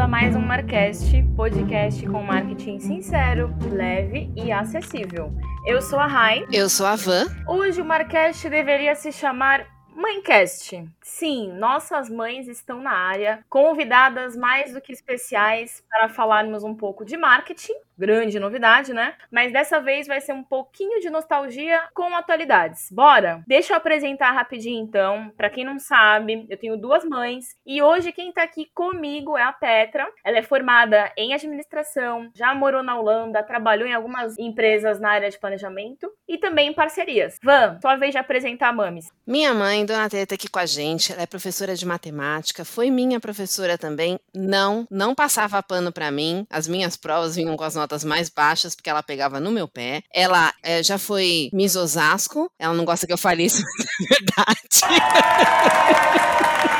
a mais um Marcast, podcast com marketing sincero, leve e acessível. Eu sou a Rai. Eu sou a Van. Hoje o Marcast deveria se chamar Mãecast. Sim, nossas mães estão na área, convidadas mais do que especiais para falarmos um pouco de marketing, grande novidade, né? Mas dessa vez vai ser um pouquinho de nostalgia com atualidades. Bora? Deixa eu apresentar rapidinho então. Para quem não sabe, eu tenho duas mães e hoje quem tá aqui comigo é a Petra. Ela é formada em administração, já morou na Holanda, trabalhou em algumas empresas na área de planejamento e também em parcerias. Van, sua vez de apresentar a Mames. Minha mãe, Dona Teta, aqui com a gente. Ela é professora de matemática, foi minha professora também. Não passava pano pra mim. As minhas provas vinham com as notas mais baixas, porque ela pegava no meu pé. Ela já foi Miss Osasco. Ela não gosta que eu fale isso, mas é verdade.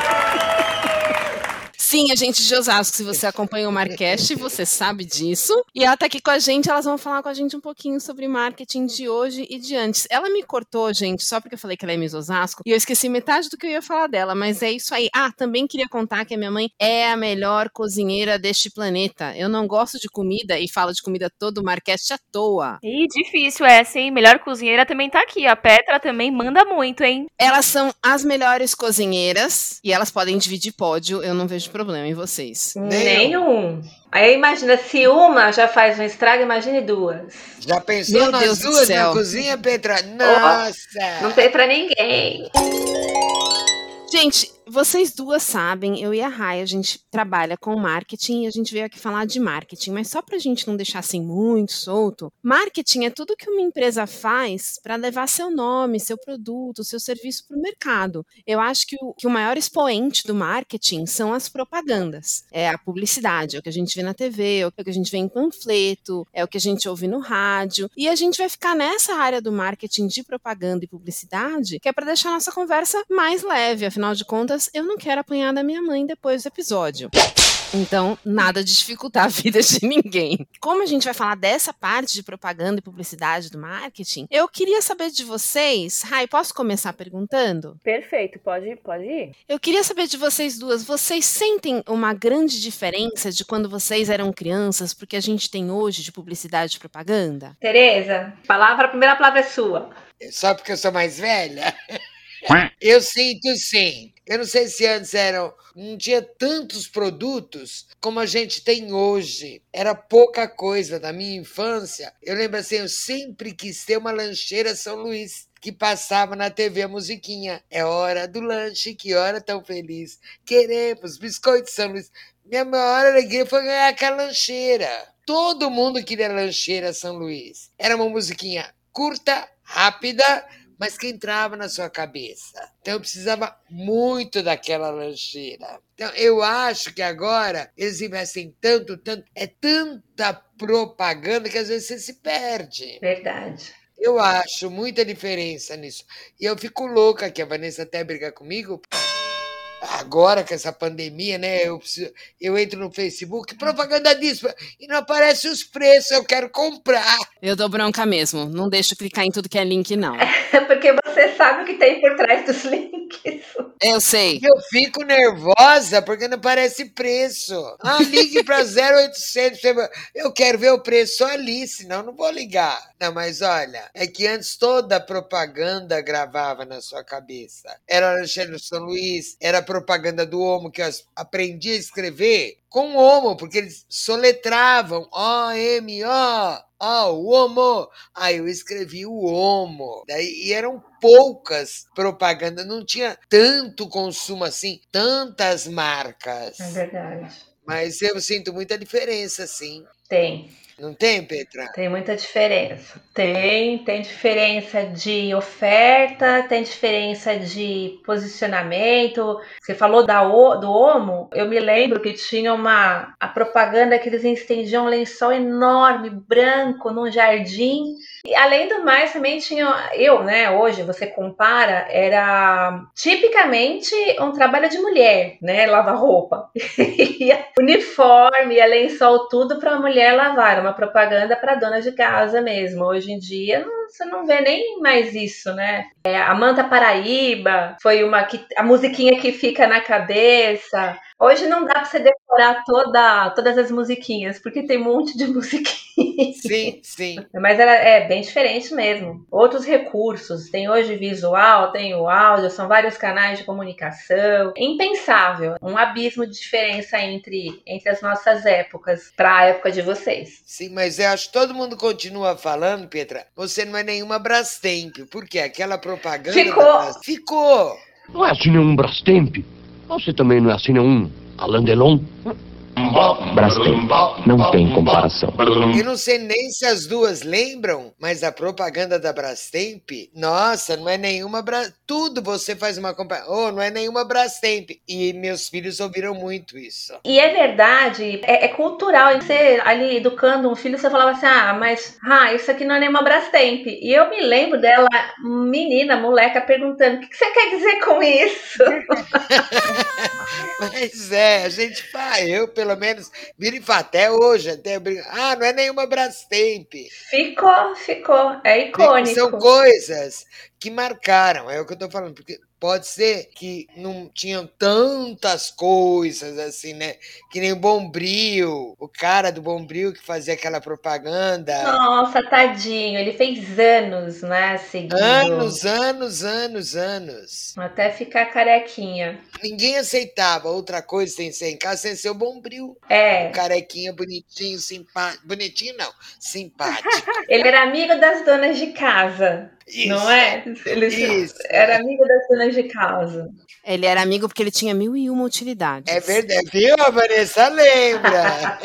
Sim, a gente de Osasco, se você acompanha o Marcast, você sabe disso. E ela tá aqui com a gente, elas vão falar com a gente um pouquinho sobre marketing de hoje e de antes. Ela me cortou, gente, só porque eu falei que ela é Miss Osasco, e eu esqueci metade do que eu ia falar dela, mas é isso aí. Ah, também queria contar que a minha mãe é a melhor cozinheira deste planeta. Eu não gosto de comida e falo de comida todo o Marcast à toa. Ih, difícil essa, hein? Melhor cozinheira também tá aqui. A Petra também manda muito, hein? Elas são as melhores cozinheiras e elas podem dividir pódio, eu não vejo problema em vocês. Nenhum. Aí imagina, se uma já faz um estrago, imagine duas. Já pensou Meu nas Deus do duas céu. na cozinha, Petra? Nossa! Não tem pra ninguém. Gente, vocês duas sabem, eu e a Rai, a gente trabalha com marketing e a gente veio aqui falar de marketing, mas só pra gente não deixar assim muito solto, marketing é tudo que uma empresa faz para levar seu nome, seu produto, seu serviço pro mercado. Eu acho que o maior expoente do marketing são as propagandas, é a publicidade, é o que a gente vê na TV, é o que a gente vê em panfleto, é o que a gente ouve no rádio, e a gente vai ficar nessa área do marketing de propaganda e publicidade, que é para deixar a nossa conversa mais leve, afinal de contas, eu não quero apanhar da minha mãe depois do episódio. Então, nada de dificultar a vida de ninguém. Como a gente vai falar dessa parte de propaganda e publicidade do marketing, eu queria saber de vocês... Rai, posso começar perguntando? Perfeito, pode ir. Eu queria saber de vocês duas, vocês sentem uma grande diferença de quando vocês eram crianças porque a gente tem hoje de publicidade e propaganda? Tereza, a primeira palavra é sua. Só porque eu sou mais velha? Eu sinto sim. Eu não sei se antes não tinha tantos produtos como a gente tem hoje. Era pouca coisa. Na minha infância, eu lembro assim, eu sempre quis ter uma lancheira São Luís, que passava na TV a musiquinha. É hora do lanche, que hora tão feliz. Queremos biscoito São Luís. Minha maior alegria foi ganhar aquela lancheira. Todo mundo queria lancheira São Luís. Era uma musiquinha curta, rápida, mas que entrava na sua cabeça. Então eu precisava muito daquela lancheira. Então eu acho que agora eles investem tanto, é tanta propaganda que às vezes você se perde. Verdade. Eu acho muita diferença nisso. E eu fico louca, que a Vanessa até briga comigo. Agora, com essa pandemia, né? Eu entro no Facebook, propaganda disso, e não aparece os preços, eu quero comprar. Eu dou bronca mesmo, não deixo clicar em tudo que é link, não. Porque você sabe o que tem por trás dos links. Eu sei. Eu fico nervosa porque não aparece preço. Ah, ligue para 0800. Eu quero ver o preço ali, senão não vou ligar. Não, mas olha, é que antes toda a propaganda gravava na sua cabeça. Era Alexandre São Luís, era a propaganda do Omo, que eu aprendi a escrever com o Omo, porque eles soletravam O-M-O. O Omo. Aí eu escrevi o Omo. E eram poucas propagandas, não tinha tanto consumo assim, tantas marcas. É verdade. Mas eu sinto muita diferença, sim. Tem. Não tem, Petra? Tem muita diferença. Tem diferença de oferta, tem diferença de posicionamento. Você falou do Omo, eu me lembro que tinha a propaganda que eles estendiam um lençol enorme, branco, num jardim. E além do mais, também tinha, hoje você compara, era tipicamente um trabalho de mulher, né, lavar roupa. Uniforme, lençol, tudo para a mulher lavar, era uma propaganda para dona de casa mesmo. Hoje em dia, você não vê nem mais isso, né? A Manta Paraíba foi a musiquinha que fica na cabeça. Hoje não dá para você decorar todas as musiquinhas, porque tem um monte de musiquinha. Sim, sim. Mas é bem diferente mesmo. Outros recursos, tem hoje visual, tem o áudio, são vários canais de comunicação. Impensável, um abismo de diferença entre as nossas épocas para a época de vocês. Sim, mas eu acho que todo mundo continua falando, Petra, você não é nenhuma Brastemp. Por quê? Aquela propaganda ficou. Não é assim nenhum Brastemp. Você também não é assim nenhum Alain Delon. Brastemp, não tem comparação. Eu não sei nem se as duas lembram, mas a propaganda da Brastemp, nossa, não é nenhuma tudo você faz uma comparação. Oh, não é nenhuma Brastemp. E meus filhos ouviram muito isso. E é verdade, é cultural. Você ali educando um filho, você falava assim, mas isso aqui não é nenhuma Brastemp. E eu me lembro dela, menina, moleca, perguntando, o que você quer dizer com isso? Mas a gente faz, eu pelo menos, vira e fala, até hoje, não é nenhuma Brastemp. Ficou, é icônico. São coisas que marcaram, é o que eu tô falando, porque pode ser que não tinham tantas coisas assim, né? Que nem o Bombril, o cara do Bombril que fazia aquela propaganda. Nossa, tadinho, ele fez anos, né, seguido. Anos. Até ficar carequinha. Ninguém aceitava outra coisa sem ser em casa, sem ser o Bombril. É. O carequinha bonitinho, simpático. Bonitinho não, simpático. Ele era amigo das donas de casa. Isso, não é? Ele era amigo das donas de casa. Ele era amigo porque ele tinha 1001 utilidades. É verdade, viu? A Vanessa lembra.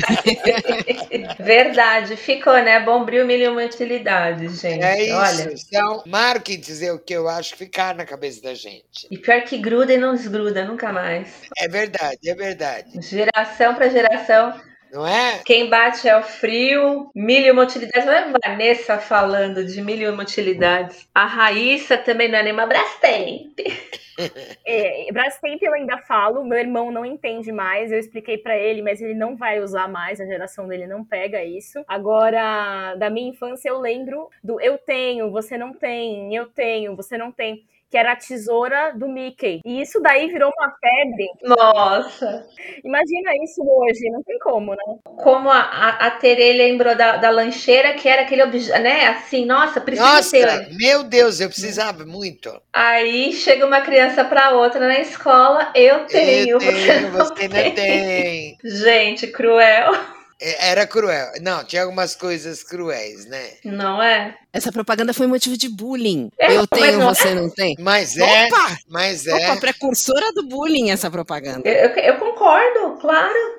Verdade, ficou, né? Bombril, 1001 utilidades, gente. É isso. Olha. Então, marketing é o que eu acho ficar na cabeça da gente. E pior que gruda e não desgruda, nunca mais. É verdade. Geração para geração. Não é? Quem bate é o frio, 1001 utilidades. Não é a Vanessa falando de 1001 utilidades. A Raíssa também não é nenhuma Brastemp. Brastemp eu ainda falo, meu irmão não entende mais, eu expliquei pra ele, mas ele não vai usar mais, a geração dele não pega isso. Agora, da minha infância eu lembro do eu tenho, você não tem, eu tenho, você não tem, que era a tesoura do Mickey. E isso daí virou uma febre. Nossa! Imagina isso hoje, não tem como, né? Como a Tere lembrou da lancheira, que era aquele objeto, né? Assim, nossa, precisa ter. Meu Deus, eu precisava muito. Aí chega uma criança para outra na escola, eu tenho, você não tem. Gente, cruel. Era cruel. Não, tinha algumas coisas cruéis, né? Não é? Essa propaganda foi motivo de bullying. Eu tenho, você não tem. Mas Opa, precursora do bullying essa propaganda. Eu concordo, claro.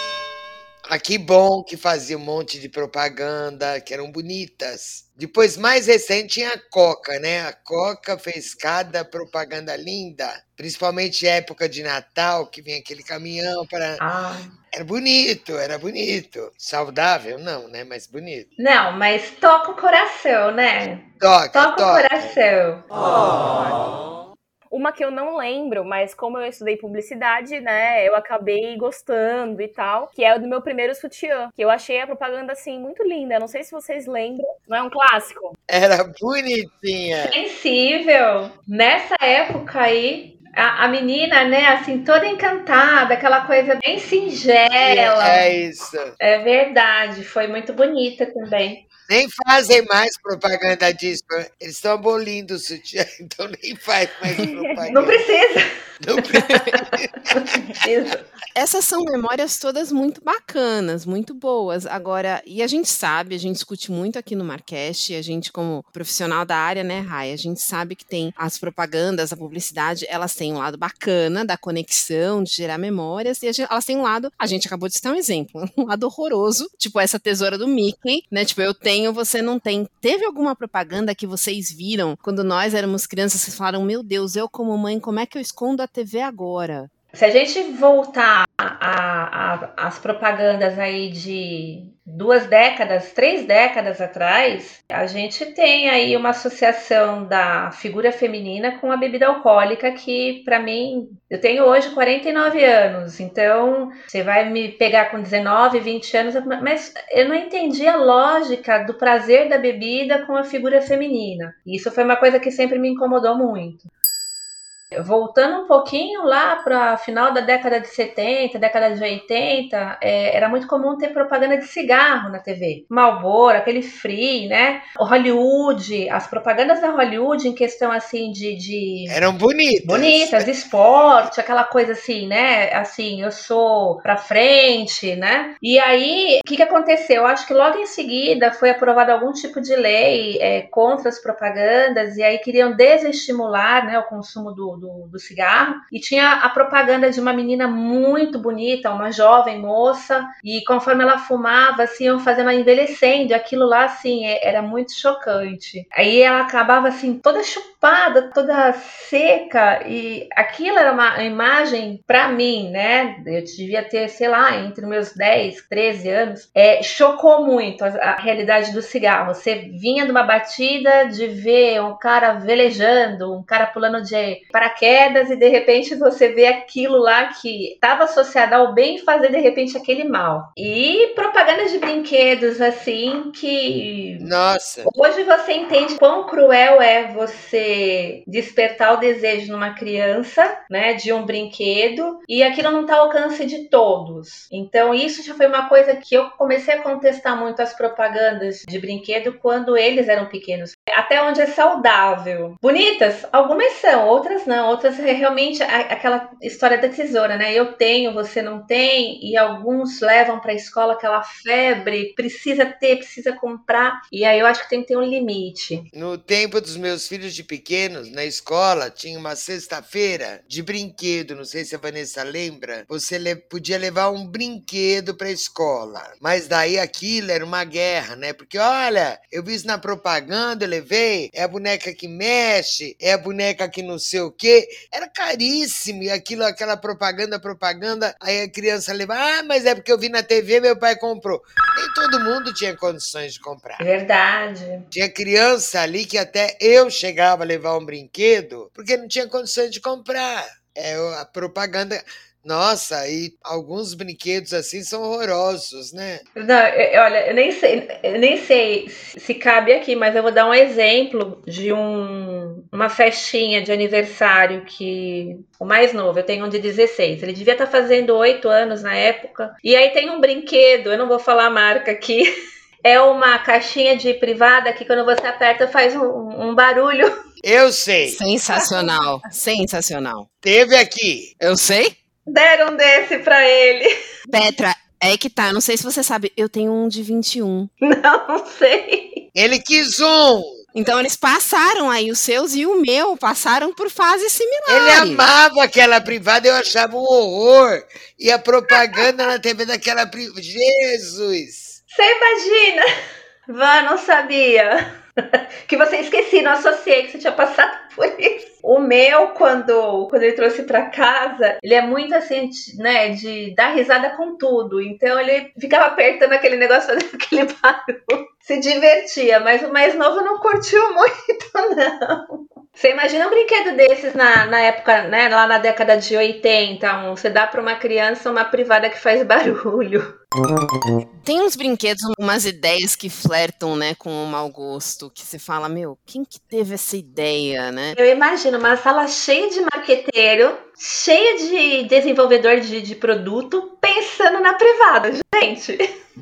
Que bom que fazia um monte de propaganda, que eram bonitas. Depois, mais recente, tinha a Coca, né? A Coca fez cada propaganda linda, principalmente época de Natal, que vinha aquele caminhão para... Era bonito. Saudável, não, né? Mas bonito. Não, mas toca o coração, né? Toca o coração. Uma que eu não lembro, mas como eu estudei publicidade, né, eu acabei gostando e tal, que é o do meu primeiro sutiã, que eu achei a propaganda, assim, muito linda. Não sei se vocês lembram, não é um clássico? Era bonitinha. Sensível. Nessa época aí, a menina, né, assim, toda encantada, aquela coisa bem singela. É isso. É verdade, foi muito bonita também. Nem fazem mais propaganda disso. Eles estão abolindo o sutiã, então nem faz mais propaganda. Não precisa. Não precisa. Essas são memórias todas muito bacanas, muito boas. Agora, e a gente sabe, a gente discute muito aqui no Marcast, a gente como profissional da área, né, Rai, a gente sabe que tem as propagandas, a publicidade, elas têm um lado bacana da conexão, de gerar memórias, e elas têm um lado, a gente acabou de citar um exemplo, um lado horroroso, tipo essa tesoura do Mickey, né, tipo, eu tenho, você não tem. Teve alguma propaganda que vocês viram quando nós éramos crianças, vocês falaram, meu Deus, eu como mãe, como é que eu escondo a TV agora? Se a gente voltar às propagandas aí de 2 décadas, 3 décadas atrás, a gente tem aí uma associação da figura feminina com a bebida alcoólica que, para mim, eu tenho hoje 49 anos, então você vai me pegar com 19, 20 anos, mas eu não entendi a lógica do prazer da bebida com a figura feminina. Isso foi uma coisa que sempre me incomodou muito. Voltando um pouquinho lá para final da década de 70, década de 80, era muito comum ter propaganda de cigarro na TV. Marlboro, aquele Free, né? O Hollywood, as propagandas da Hollywood em questão assim de Eram bonitas. Bonitas, esporte, aquela coisa assim, né? Assim, eu sou pra frente, né? E aí, o que aconteceu? Eu acho que logo em seguida foi aprovado algum tipo de lei contra as propagandas, e aí queriam desestimular, né, o consumo do cigarro. E tinha a propaganda de uma menina muito bonita, uma jovem moça, e conforme ela fumava, assim, iam fazendo ela envelhecendo. Aquilo lá, assim, era muito chocante. Aí ela acabava, assim, toda chupada, toda seca, e aquilo era uma imagem para mim, né? Eu devia ter, sei lá, entre meus 10, 13 anos, chocou muito a realidade do cigarro. Você vinha de uma batida de ver um cara velejando, um cara pulando de paraquedas, e de repente você vê aquilo lá que estava associado ao bem fazer de repente aquele mal. E propagandas de brinquedos assim que... Nossa! Hoje você entende quão cruel é você despertar o desejo numa criança, né, de um brinquedo, e aquilo não está ao alcance de todos. Então isso já foi uma coisa que eu comecei a contestar muito as propagandas de brinquedo quando eles eram pequenos. Até onde é saudável. Bonitas? Algumas são, outras não. Outras é realmente aquela história da tesoura, né? Eu tenho, você não tem, e alguns levam para a escola aquela febre, precisa ter, precisa comprar, e aí eu acho que tem que ter um limite. No tempo dos meus filhos de pequenos, na escola, tinha uma sexta-feira de brinquedo, não sei se a Vanessa lembra, você podia levar um brinquedo para a escola, mas daí aquilo era uma guerra, né? Porque olha, eu vi isso na propaganda, eu levei, é a boneca que mexe, é a boneca que não sei o quê, era caríssimo, e aquela propaganda, aí a criança leva, mas é porque eu vi na TV, meu pai comprou. Nem todo mundo tinha condições de comprar. Verdade. Tinha criança ali que até eu chegava a levar um brinquedo porque não tinha condições de comprar. A propaganda... Nossa, e alguns brinquedos assim são horrorosos, né? Não, olha, eu nem sei se cabe aqui, mas eu vou dar um exemplo de uma festinha de aniversário que o mais novo, eu tenho um de 16, ele devia estar fazendo 8 anos na época, e aí tem um brinquedo, eu não vou falar a marca aqui, é uma caixinha de privada que quando você aperta faz um barulho. Eu sei. Sensacional, sensacional. Teve aqui. Eu sei. Deram um desse pra ele. Petra, é que tá, não sei se você sabe, eu tenho um de 21. Não sei. Ele quis um. Então eles passaram aí, os seus e o meu passaram por fases similares. Ele amava aquela privada, eu achava um horror. E a propaganda na TV daquela privada. Jesus! Você imagina? Vã, não sabia. Que você esqueci, não associei que você tinha passado por isso. O meu, quando ele trouxe pra casa, ele é muito assim, né, de dar risada com tudo. Então ele ficava apertando aquele negócio, fazendo aquele barulho. Se divertia, mas o mais novo não curtiu muito, não. Você imagina um brinquedo desses na época, né, lá na década de 80, você dá pra uma criança uma privada que faz barulho. Tem uns brinquedos, umas ideias que flertam, né, com o mau gosto, que você fala, meu, quem que teve essa ideia, né? Eu imagino uma sala cheia de marqueteiro, cheia de desenvolvedor de produto, pensando na privada, gente.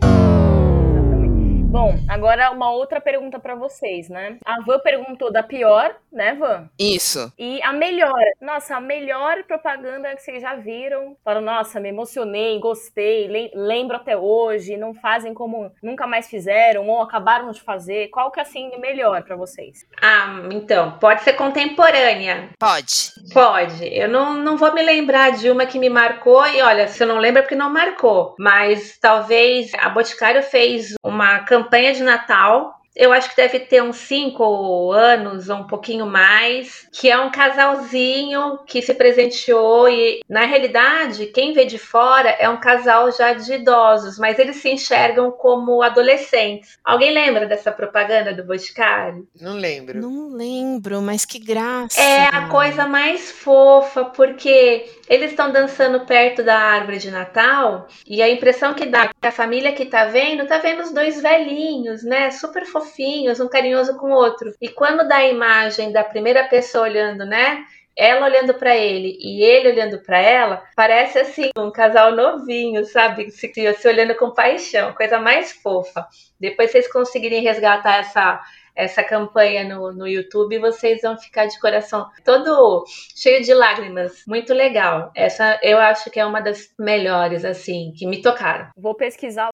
Bom, agora uma outra pergunta pra vocês, né? A Van perguntou da pior, né, Van? Isso. E a melhor. Nossa, a melhor propaganda que vocês já viram. Falaram, nossa, me emocionei, gostei, lembro até hoje, não fazem como nunca mais fizeram ou acabaram de fazer. Qual que é, assim, melhor pra vocês? Então, pode ser contemporânea. Pode. Pode. Eu não vou me lembrar de uma que me marcou, e olha, se eu não lembro é porque não marcou. Mas talvez a Boticário fez uma campanha de Natal, eu acho que deve ter uns 5 anos ou um pouquinho mais, que é um casalzinho que se presenteou e, na realidade, quem vê de fora é um casal já de idosos, mas eles se enxergam como adolescentes. Alguém lembra dessa propaganda do Boticário? Não lembro. Não lembro, mas que graça. É a coisa mais fofa, porque eles estão dançando perto da árvore de Natal e a impressão que dá que a família que tá vendo os dois velhinhos, né? Super fofinhos, um carinhoso com o outro. E quando dá a imagem da primeira pessoa olhando, né? ela olhando pra ele e ele olhando pra ela, parece assim, um casal novinho, sabe? Se olhando com paixão, coisa mais fofa. Depois vocês conseguirem resgatar essa campanha no YouTube, vocês vão ficar de coração todo cheio de lágrimas. Muito legal. Essa eu acho que é uma das melhores, assim, que me tocaram. Vou pesquisar.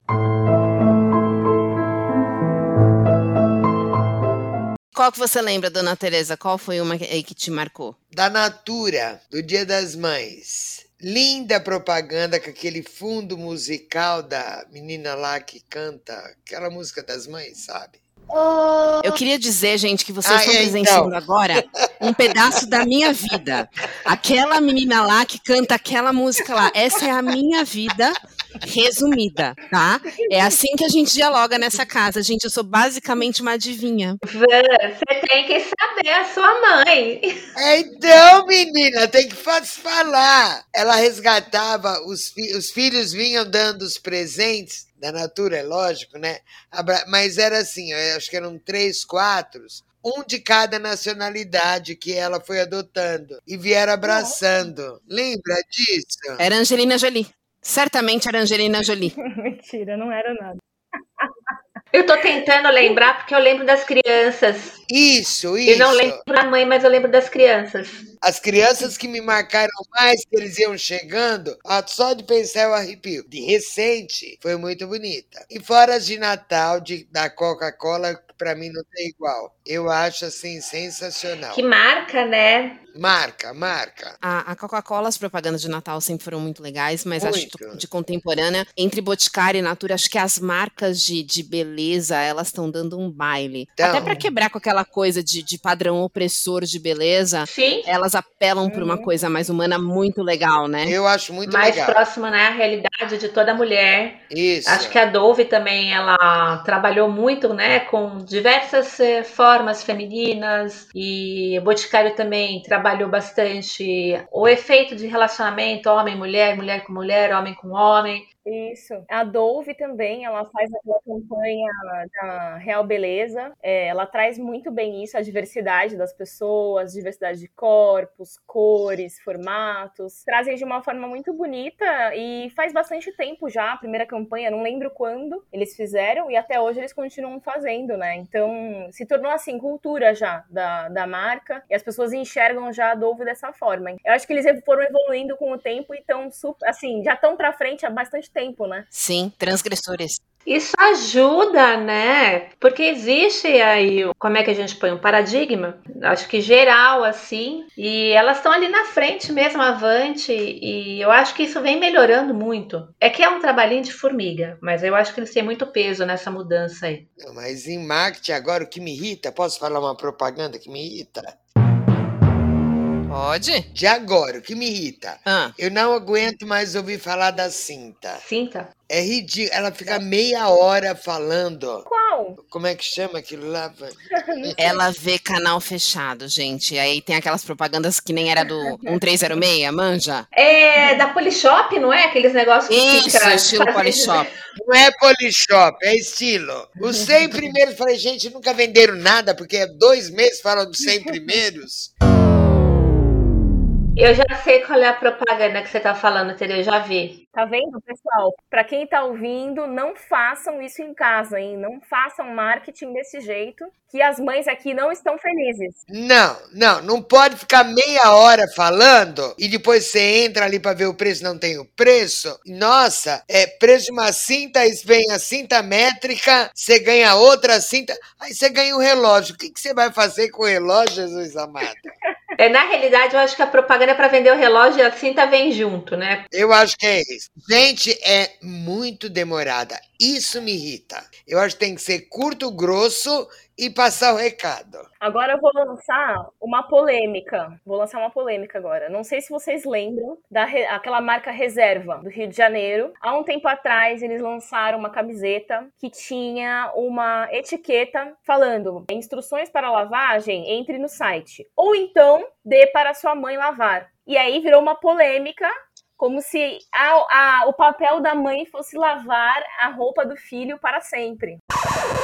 Qual que você lembra, dona Tereza? Qual foi uma aí que te marcou? Da Natura, do Dia das Mães. Linda propaganda com aquele fundo musical da menina lá que canta aquela música das mães, sabe? Eu queria dizer, gente, que vocês estão presenciando agora um pedaço da minha vida. Aquela menina lá que canta aquela música lá, essa é a minha vida resumida, tá? É assim que a gente dialoga nessa casa. Gente, eu sou basicamente uma adivinha. Você tem que saber a sua mãe. Então, menina, tem que falar. Ela resgatava, os filhos vinham dando os presentes da Natura, é lógico, né? Mas era assim, eu acho que eram 3, 4, um de cada nacionalidade que ela foi adotando e vieram abraçando. Lembra disso? Era Angelina Jolie. Certamente era Angelina Jolie. Mentira, não era nada. Eu tô tentando lembrar porque eu lembro das crianças. Isso. Eu não lembro da mãe, mas eu lembro das crianças. As crianças que me marcaram mais, que eles iam chegando, só de pensar eu arrepio. De recente, foi muito bonita. E fora as de Natal, da Coca-Cola, pra mim não tem igual. Eu acho, assim, sensacional. Que marca, né? Marca. A Coca-Cola, as propagandas de Natal sempre foram muito legais, mas muito. Acho de contemporânea, entre Boticário e Natura, acho que as marcas de beleza, elas estão dando um baile. Então, até pra quebrar com aquela coisa de padrão opressor de beleza, sim, elas apelam por uma coisa mais humana muito legal, né? Eu acho muito mais legal. próxima, né, à realidade de toda mulher. Isso. Acho que a Dove também, ela trabalhou muito, né, com diversas formas femininas, e o Boticário também trabalhou bastante o efeito de relacionamento homem-mulher, mulher com mulher, homem com homem. Isso. A Dove também, ela faz aquela campanha da Real Beleza. Ela traz muito bem isso, a diversidade das pessoas, diversidade de corpos, cores, formatos. Trazem de uma forma muito bonita e faz bastante tempo já a primeira campanha, não lembro quando eles fizeram e até hoje eles continuam fazendo, né? Então, se tornou assim, cultura já da marca e as pessoas enxergam já a Dove dessa forma. Eu acho que eles foram evoluindo com o tempo e estão, assim, já estão pra frente há bastante tempo, né? Sim, transgressores. Isso ajuda, né? Porque existe aí, como é que a gente põe? Um paradigma, acho que geral, assim, e elas estão ali na frente mesmo, avante, e eu acho que isso vem melhorando muito. É que é um trabalhinho de formiga, mas eu acho que eles têm muito peso nessa mudança aí. Não, mas em marketing agora, o que me irrita, posso falar uma propaganda que me irrita? Pode? De agora, o que me irrita? Eu não aguento mais ouvir falar da Cinta. Cinta? É ridículo. Ela fica meia hora falando. Qual? Como é que chama aquilo lá? Ela vê canal fechado, gente. Aí tem aquelas propagandas que nem era do 1306, manja? É da Polishop, não é? Aqueles negócios que isso, fica estilo Polishop. Não é Polishop, é estilo. Os 100 primeiros, falei, gente, nunca venderam nada, porque é 2 meses falando dos 100 primeiros. Eu já sei qual é a propaganda que você tá falando, Tere, eu já vi. Tá vendo, pessoal? Pra quem tá ouvindo, não façam isso em casa, hein? Não façam marketing desse jeito, que as mães aqui não estão felizes. Não pode ficar meia hora falando e depois você entra ali pra ver o preço, não tem o preço. Nossa, preço de uma cinta, aí vem a cinta métrica, você ganha outra cinta, aí você ganha um relógio. O que você vai fazer com o relógio, Jesus amado? Na realidade, eu acho que a propaganda é para vender o relógio e a cinta vem junto, né? Eu acho que é isso. Gente, é muito demorada. Isso me irrita. Eu acho que tem que ser curto, grosso e passar o recado. Agora eu vou lançar uma polêmica. Vou lançar uma polêmica agora. Não sei se vocês lembram daquela marca Reserva, do Rio de Janeiro. Há um tempo atrás, eles lançaram uma camiseta que tinha uma etiqueta falando: instruções para lavagem, entre no site. Ou então, dê para sua mãe lavar. E aí virou uma polêmica, como se o papel da mãe fosse lavar a roupa do filho para sempre.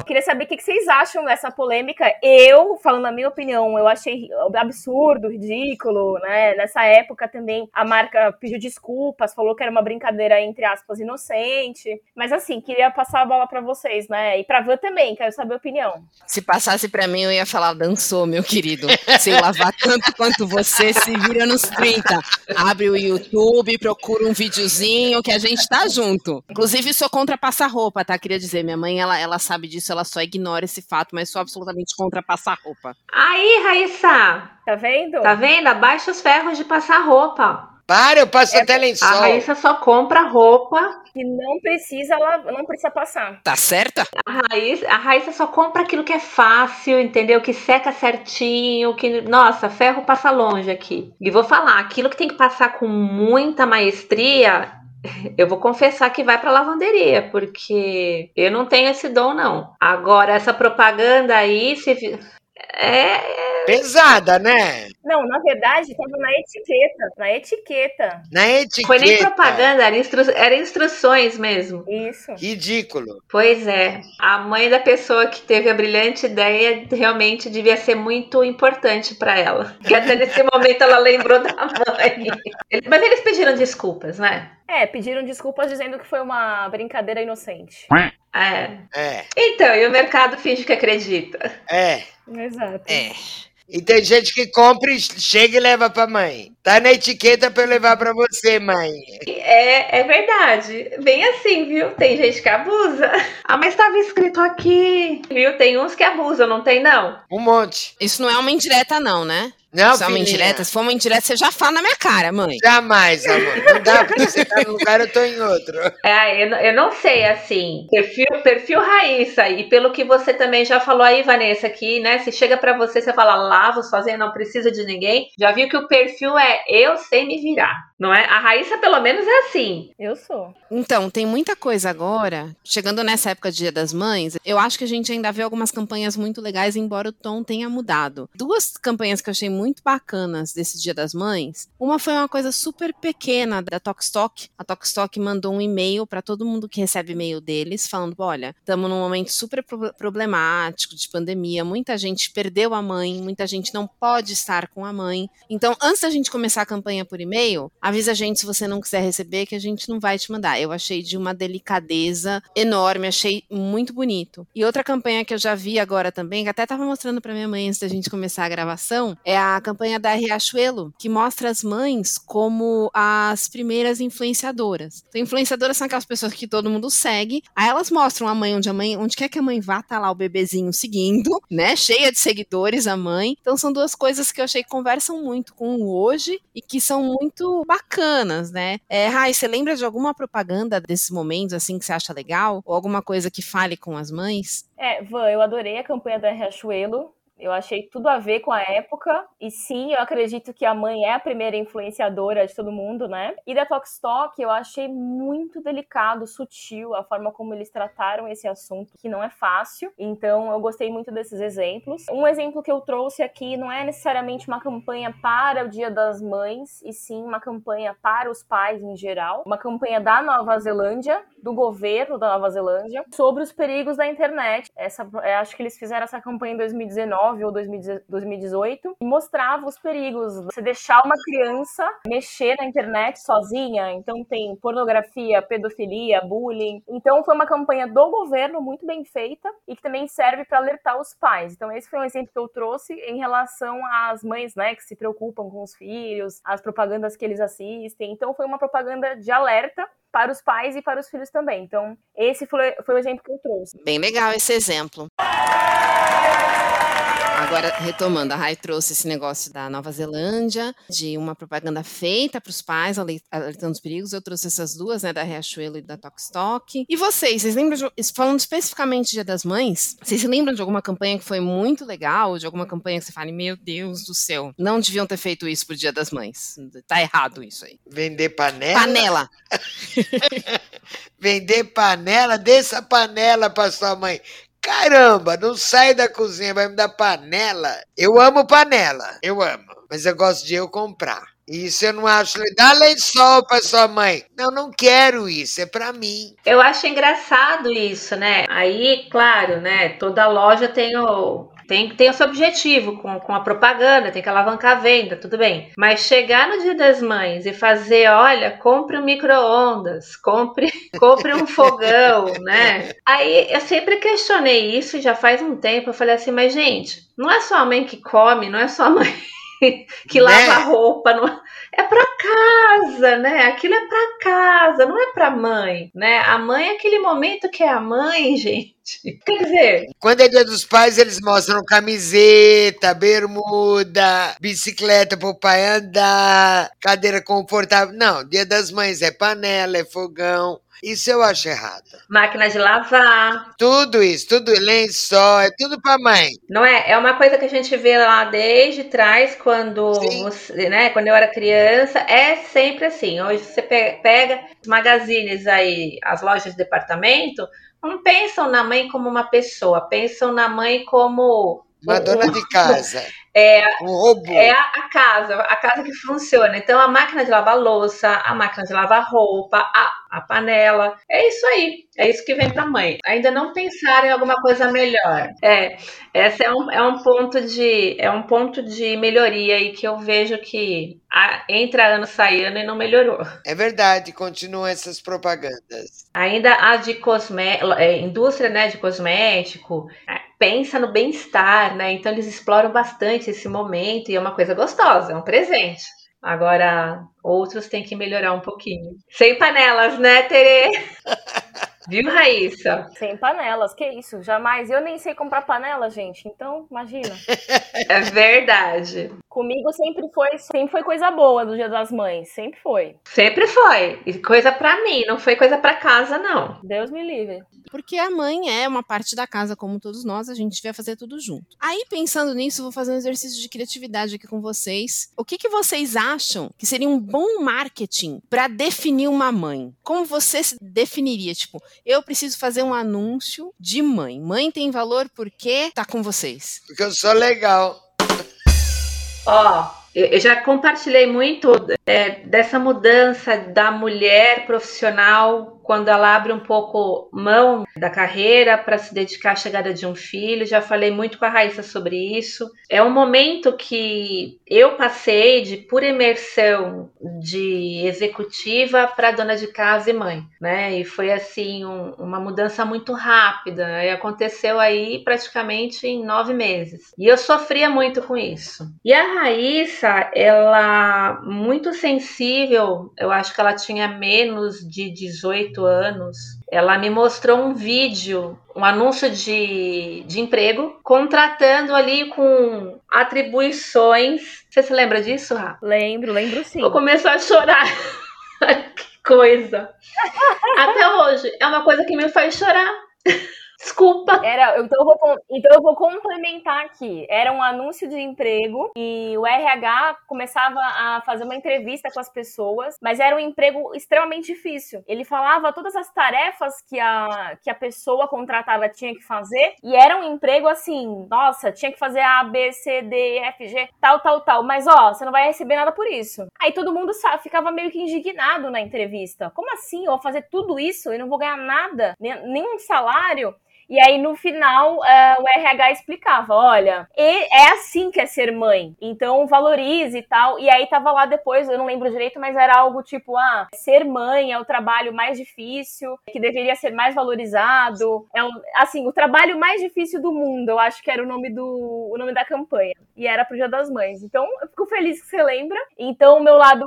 Queria saber o que vocês acham dessa polêmica. Eu, falando a minha opinião, eu achei absurdo, ridículo, né? Nessa época também a marca pediu desculpas, falou que era uma brincadeira, entre aspas, inocente. Mas assim, queria passar a bola pra vocês, né? E pra Van também, quero saber a opinião. Se passasse pra mim, eu ia falar, dançou, meu querido. Se eu lavar tanto quanto você, se vira nos 30. Abre o YouTube, procura um videozinho que a gente tá junto. Inclusive, sou contra passar roupa, tá? Queria dizer, minha mãe, ela sabe disso, ela só ignora esse fato, mas sou absolutamente contra passar roupa. Aí, Raíssa, Tá vendo? tá vendo? Abaixa os ferros de passar roupa. Para, eu passo até lençol. A Raíssa só compra roupa. E não precisa, ela não precisa passar. Tá certa? A Raíssa só compra aquilo que é fácil, entendeu? Que seca certinho, que, nossa, ferro passa longe aqui. E vou falar, aquilo que tem que passar com muita maestria, eu vou confessar que vai pra lavanderia, porque eu não tenho esse dom, não. Agora, essa propaganda aí, Pesada, né? Não, na verdade, estava na etiqueta. Na etiqueta. Na etiqueta. Foi nem propaganda, era instruções mesmo. Isso. Ridículo. Pois é. A mãe da pessoa que teve a brilhante ideia realmente devia ser muito importante para ela. Porque até nesse momento ela lembrou da mãe. Mas eles pediram desculpas, né? Pediram desculpas dizendo que foi uma brincadeira inocente. É. Então, e o mercado finge que acredita. Exato. E tem gente que compra e chega e leva pra mãe. Tá na etiqueta pra eu levar pra você, mãe. É verdade. Bem assim, viu? Tem gente que abusa. Ah, mas estava escrito aqui. Viu? Tem uns que abusam, não tem não? Um monte. Isso não é uma indireta não, né? Não, se é uma indireta, se for uma indireta, você já fala na minha cara, mãe. Jamais, amor. Não dá, porque você tá num lugar, eu tô em outro. Eu não sei, assim, perfil Raíssa, e pelo que você também já falou aí, Vanessa, que, né, se chega pra você, você fala, lavo sozinha, não precisa de ninguém, já viu que o perfil é eu sei me virar, não é? A Raíssa, pelo menos, é assim. Eu sou. Então, tem muita coisa agora, chegando nessa época de Dia das Mães, eu acho que a gente ainda vê algumas campanhas muito legais, embora o tom tenha mudado. Duas campanhas que eu achei muito bacanas desse Dia das Mães, uma foi uma coisa super pequena da Tokstok. A Tokstok mandou um e-mail para todo mundo que recebe e-mail deles, falando, olha, estamos num momento super problemático de pandemia, muita gente perdeu a mãe, muita gente não pode estar com a mãe. Então, antes da gente começar a campanha por e-mail, avisa a gente se você não quiser receber, que a gente não vai te mandar. Eu achei de uma delicadeza enorme, achei muito bonito. E outra campanha que eu já vi agora também, que até estava mostrando para minha mãe antes da gente começar a gravação, é a campanha da Riachuelo, que mostra as mães como as primeiras influenciadoras. Então, influenciadoras são aquelas pessoas que todo mundo segue, aí elas mostram a mãe, onde quer que a mãe vá, tá lá o bebezinho seguindo, né, cheia de seguidores a mãe. Então, são duas coisas que eu achei que conversam muito com o hoje e que são muito bacanas, né. Rai, você lembra de alguma propaganda desses momentos, assim, que você acha legal? Ou alguma coisa que fale com as mães? Van, eu adorei a campanha da Riachuelo. Eu achei tudo a ver com a época. E sim, eu acredito que a mãe é a primeira influenciadora de todo mundo, né? E da Tokstok, eu achei muito delicado, sutil, a forma como eles trataram esse assunto, que não é fácil. Então, eu gostei muito desses exemplos. Um exemplo que eu trouxe aqui não é necessariamente uma campanha para o Dia das Mães, e sim uma campanha para os pais em geral. Uma campanha da Nova Zelândia, do governo da Nova Zelândia, sobre os perigos da internet. Acho que eles fizeram essa campanha em 2019 ou 2018 e mostrava os perigos. Você deixar uma criança mexer na internet sozinha, então tem pornografia, pedofilia, bullying. Então foi uma campanha do governo muito bem feita e que também serve para alertar os pais. Então esse foi um exemplo que eu trouxe em relação às mães, né, que se preocupam com os filhos, as propagandas que eles assistem. Então foi uma propaganda de alerta para os pais e para os filhos também. Então, esse foi o exemplo que eu trouxe. Bem legal esse exemplo. Agora, retomando, a Rai trouxe esse negócio da Nova Zelândia, de uma propaganda feita para os pais, alertando os perigos. Eu trouxe essas duas, né, da Riachuelo e da Tokstok. E vocês lembram, falando especificamente de Dia das Mães, vocês se lembram de alguma campanha que foi muito legal, de alguma campanha que você fala, meu Deus do céu, não deviam ter feito isso pro Dia das Mães. Tá errado isso aí. Vender panela? Panela. Vender panela? Dê essa panela pra sua mãe. Caramba, não sai da cozinha, vai me dar panela. Eu amo panela, eu amo. Mas eu gosto de eu comprar. Isso eu não acho. Dá lençol pra sua mãe. Não quero isso, é pra mim. Eu acho engraçado isso, né? Aí, claro, né? Toda loja tem o seu objetivo com a propaganda, tem que alavancar a venda, tudo bem. Mas chegar no Dia das Mães e fazer, olha, compre um micro-ondas, compre um fogão, né? Aí eu sempre questionei isso, já faz um tempo. Eu falei assim, mas gente, não é só a mãe que come, não é só a mãe que lava a roupa, não é para casa, né? Aquilo é para casa, não é para mãe, né? A mãe é aquele momento que é a mãe, gente. Quer dizer, quando é Dia dos Pais, eles mostram camiseta, bermuda, bicicleta pro pai andar, cadeira confortável. Não, Dia das Mães é panela, é fogão. Isso eu acho errado. máquina de lavar. Tudo isso, tudo lençol, é tudo pra mãe. Não é? É uma coisa que a gente vê lá desde trás, quando eu era criança, é sempre assim. Hoje você pega os magazines aí, as lojas de departamento, não pensam na mãe como uma pessoa, pensam na mãe como uma dona de casa. Um robô. É a casa que funciona. Então, a máquina de lavar louça, a máquina de lavar roupa, a panela. É isso aí. É isso que vem para a mãe. Ainda não pensaram em alguma coisa melhor. Esse é um ponto de melhoria aí que eu vejo que entra ano, sai ano e não melhorou. É verdade, continuam essas propagandas. Ainda a de indústria, né, de cosmético, pensa no bem-estar, né? Então eles exploram bastante esse momento e é uma coisa gostosa, é um presente. Agora, outros têm que melhorar um pouquinho. Sem panelas, né, Tere? Viu, Raíssa? Sem panelas, que isso? Jamais. Eu nem sei comprar panela, gente. Então, imagina. É verdade. Comigo sempre foi coisa boa do Dia das Mães. Sempre foi. Sempre foi. E coisa pra mim, não foi coisa pra casa, não. Deus me livre. Porque a mãe é uma parte da casa, como todos nós, a gente vai fazer tudo junto. Aí, pensando nisso, vou fazer um exercício de criatividade aqui com vocês. O que vocês acham que seria um bom marketing para definir uma mãe? Como você se definiria? Tipo, eu preciso fazer um anúncio de mãe. Mãe tem valor porque tá com vocês. Porque eu sou legal. Eu já compartilhei muito dessa mudança da mulher profissional quando ela abre um pouco mão da carreira para se dedicar à chegada de um filho. Já falei muito com a Raíssa sobre isso. É um momento que eu passei de pura imersão de executiva para dona de casa e mãe, né? E foi assim uma mudança muito rápida. E aconteceu aí praticamente em 9 meses. E eu sofria muito com isso. E a Raíssa, ela muito sensível, eu acho que ela tinha menos de 18 anos, ela me mostrou um vídeo, um anúncio de emprego, contratando ali com atribuições. Você se lembra disso, Rá? Lembro sim. Eu comecei a chorar. Que coisa. Até hoje, é uma coisa que me faz chorar. Desculpa. Então eu vou complementar aqui. Era um anúncio de emprego e o RH começava a fazer uma entrevista com as pessoas, mas era um emprego extremamente difícil. Ele falava todas as tarefas que a pessoa contratada tinha que fazer e era um emprego assim, nossa, tinha que fazer A, B, C, D, E, F, G, tal, mas você não vai receber nada por isso. Aí todo mundo ficava meio que indignado na entrevista. Como assim? Eu vou fazer tudo isso e não vou ganhar nada? Nenhum salário? E aí, no final, o RH explicava, olha, é assim que é ser mãe, então valorize e tal. E aí tava lá depois, eu não lembro direito, mas era algo tipo, ser mãe é o trabalho mais difícil, que deveria ser mais valorizado. O trabalho mais difícil do mundo, eu acho que era o nome da campanha. E era pro Dia das Mães. Então, eu fico feliz que você lembra. Então, o meu lado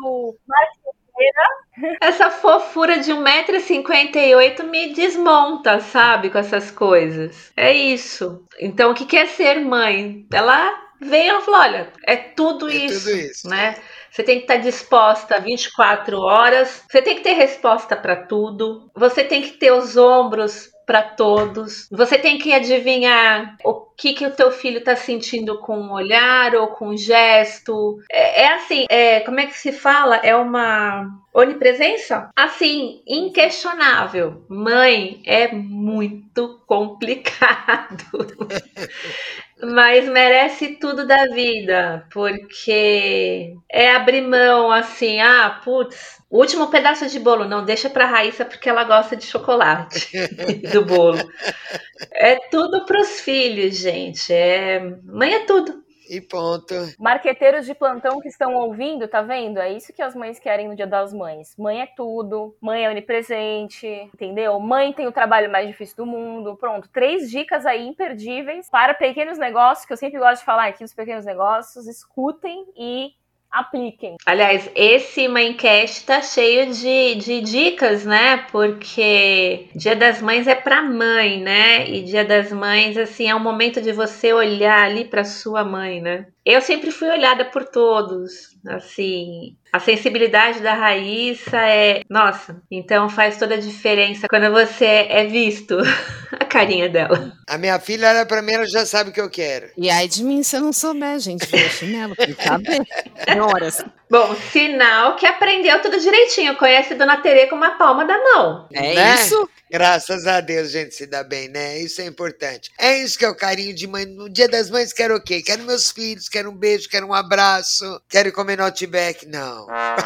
essa fofura de 1,58 m me desmonta, sabe, com essas coisas. É isso. Então, o que é ser mãe? Ela veio e falou, olha, é tudo isso, né? Você tem que estar disposta 24 horas, você tem que ter resposta para tudo, você tem que ter os ombros para todos, você tem que adivinhar o que o teu filho está sentindo com um olhar ou com um gesto. Assim, como é que se fala? É uma onipresença? Assim, inquestionável. Mãe é muito complicado. Mas merece tudo da vida, porque é abrir mão assim, putz, o último pedaço de bolo, não deixa pra Raíssa porque ela gosta de chocolate do bolo. É tudo pros filhos, gente. Mãe é tudo. E ponto. Marqueteiros de plantão que estão ouvindo, tá vendo? É isso que as mães querem no Dia das Mães. Mãe é tudo, mãe é onipresente, entendeu? Mãe tem o trabalho mais difícil do mundo. Pronto, 3 dicas aí imperdíveis para pequenos negócios, que eu sempre gosto de falar aqui dos pequenos negócios. Escutem e apliquem. Aliás, esse Mãecast tá cheio de dicas, né? Porque Dia das Mães é pra mãe, né? E Dia das Mães, assim, é um momento de você olhar ali pra sua mãe, né? Eu sempre fui olhada por todos, assim, a sensibilidade da Raíssa nossa, então faz toda a diferença quando você é visto, a carinha dela. A minha filha olha pra mim, ela já sabe o que eu quero. E aí de mim, se eu não souber, gente, vira chinelo, tem que saber. Tem horas. Bom, sinal que aprendeu tudo direitinho, conhece Dona Terê com uma palma da mão. É Né? isso? Graças a Deus, gente, se dá bem, né? Isso é importante. É isso que é o carinho de mãe. No Dia das Mães, quero o quê? Quero meus filhos, quero um beijo, quero um abraço, quero ir comer no Outback. Não.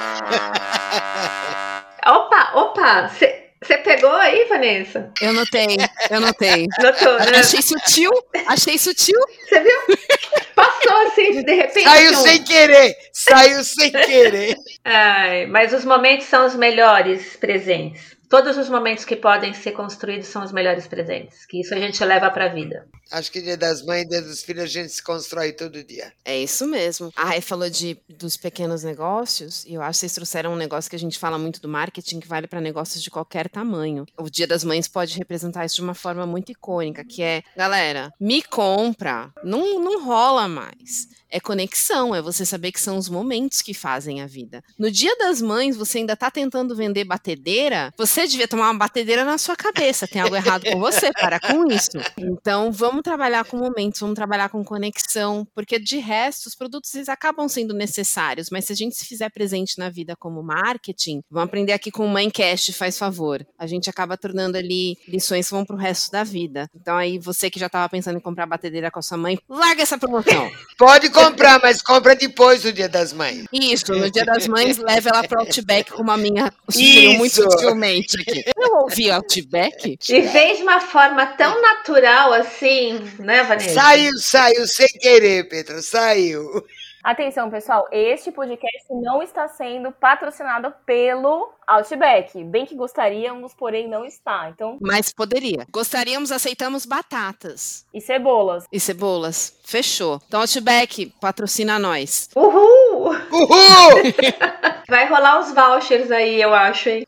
Opa, você pegou aí, Vanessa? Eu notei. Notou, né? Achei sutil. Você viu? Passou assim, de repente. Saiu sem querer. Ai, mas os momentos são os melhores presentes. Todos os momentos que podem ser construídos são os melhores presentes. Que isso a gente leva pra vida. Acho que Dia das Mães e Dia dos Filhos a gente se constrói todo dia. É isso mesmo. A Rai falou dos pequenos negócios, e eu acho que vocês trouxeram um negócio que a gente fala muito do marketing, que vale para negócios de qualquer tamanho. O Dia das Mães pode representar isso de uma forma muito icônica, que é, galera, me compra, não rola mais. É conexão, é você saber que são os momentos que fazem a vida. No Dia das Mães, você ainda tá tentando vender batedeira, você devia tomar uma batedeira na sua cabeça, tem algo errado com você, para com isso. Então, vamos trabalhar com momentos, vamos trabalhar com conexão, porque de resto, os produtos eles acabam sendo necessários, mas se a gente se fizer presente na vida como marketing, vamos aprender aqui com o Mãecast, faz favor. A gente acaba tornando ali lições que vão pro resto da vida. Então aí, você que já estava pensando em comprar batedeira com a sua mãe, larga essa promoção. Pode comprar, mas compra depois do Dia das Mães. Isso, no Dia das Mães, leva ela pro Outback, como a minha sugeriu muito sutilmente aqui. Eu ouvi Outback. E fez de uma forma tão natural assim, né, Vanessa? Saiu sem querer, Petra, saiu. Atenção, pessoal, este podcast não está sendo patrocinado pelo Outback. Bem que gostaríamos, porém não está. Então, mas poderia. Gostaríamos, aceitamos batatas. E cebolas. E cebolas. Fechou. Então, Outback, patrocina nós. Uhul! Uhul! Vai rolar os vouchers aí, eu acho, hein?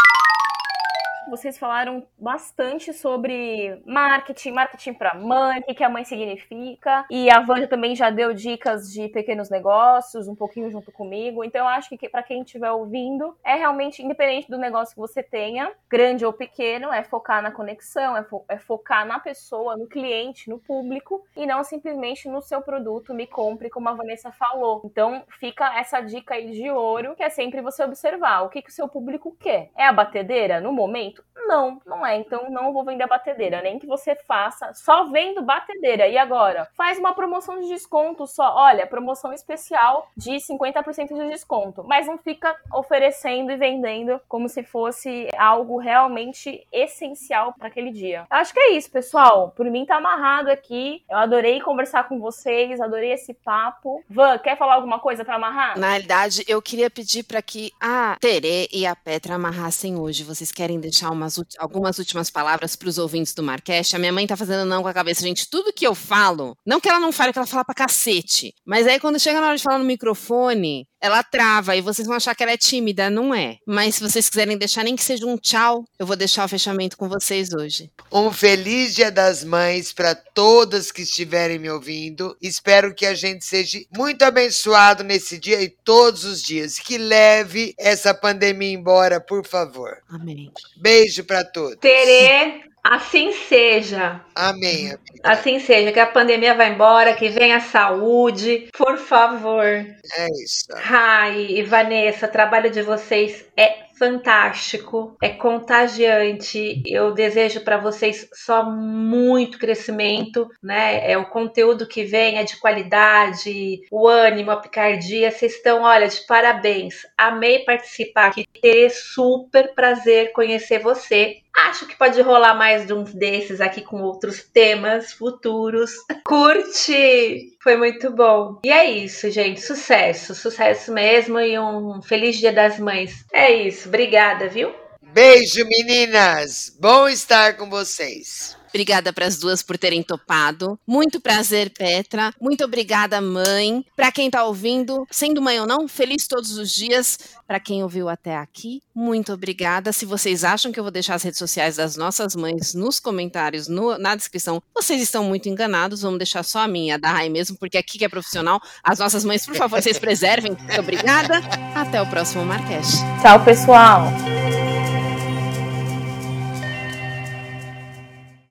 Vocês falaram bastante sobre marketing para mãe, o que a mãe significa. E a Vanja também já deu dicas de pequenos negócios, um pouquinho junto comigo. Então, eu acho que para quem estiver ouvindo, é realmente, independente do negócio que você tenha, grande ou pequeno, é focar na conexão, é focar na pessoa, no cliente, no público, e não simplesmente no seu produto, me compre, como a Vanessa falou. Então, fica essa dica aí de ouro, que é sempre você observar o que o seu público quer. É a batedeira no momento? Não é. Então, não vou vender a batedeira. Nem que você faça só vendo batedeira. E agora? Faz uma promoção de desconto só. Olha, promoção especial de 50% de desconto. Mas não fica oferecendo e vendendo como se fosse algo realmente essencial para aquele dia. Eu acho que é isso, pessoal. Por mim, tá amarrado aqui. Eu adorei conversar com vocês. Adorei esse papo. Van, quer falar alguma coisa para amarrar? Na realidade, eu queria pedir para que a Terê e a Petra amarrassem hoje. Vocês querem deixar algumas últimas palavras para os ouvintes do Marcast? A minha mãe tá fazendo não com a cabeça, gente. Tudo que eu falo, não que ela não fale, que ela fala pra cacete. Mas aí quando chega na hora de falar no microfone, ela trava e vocês vão achar que ela é tímida. Não é. Mas se vocês quiserem deixar nem que seja um tchau, eu vou deixar o fechamento com vocês hoje. Um feliz Dia das Mães para todas que estiverem me ouvindo. Espero que a gente seja muito abençoado nesse dia e todos os dias. Que leve essa pandemia embora, por favor. Amém. Beijo para todos. Terê, assim seja. Amém, amiga. Assim seja, que a pandemia vá embora, que venha a saúde, por favor. É isso. Rai e Vanessa, o trabalho de vocês é fantástico, é contagiante. Eu desejo para vocês só muito crescimento, né? O conteúdo que vem é de qualidade, o ânimo, a picardia. Vocês estão, olha, de parabéns. Amei participar aqui, terei super prazer conhecer você. Acho que pode rolar mais de uns desses aqui com outros temas futuros. Curte! Foi muito bom. E é isso, gente. Sucesso mesmo e um feliz Dia das Mães. É isso. Obrigada, viu? Beijo, meninas. Bom estar com vocês. Obrigada para as duas por terem topado. Muito prazer, Petra. Muito obrigada, mãe. Para quem está ouvindo, sendo mãe ou não, feliz todos os dias. Para quem ouviu até aqui, muito obrigada. Se vocês acham que eu vou deixar as redes sociais das nossas mães nos comentários, na descrição, vocês estão muito enganados. Vamos deixar só a minha, da Rai mesmo, porque aqui que é profissional. As nossas mães, por favor, vocês preservem. Muito obrigada. Até o próximo Marcast. Tchau, pessoal.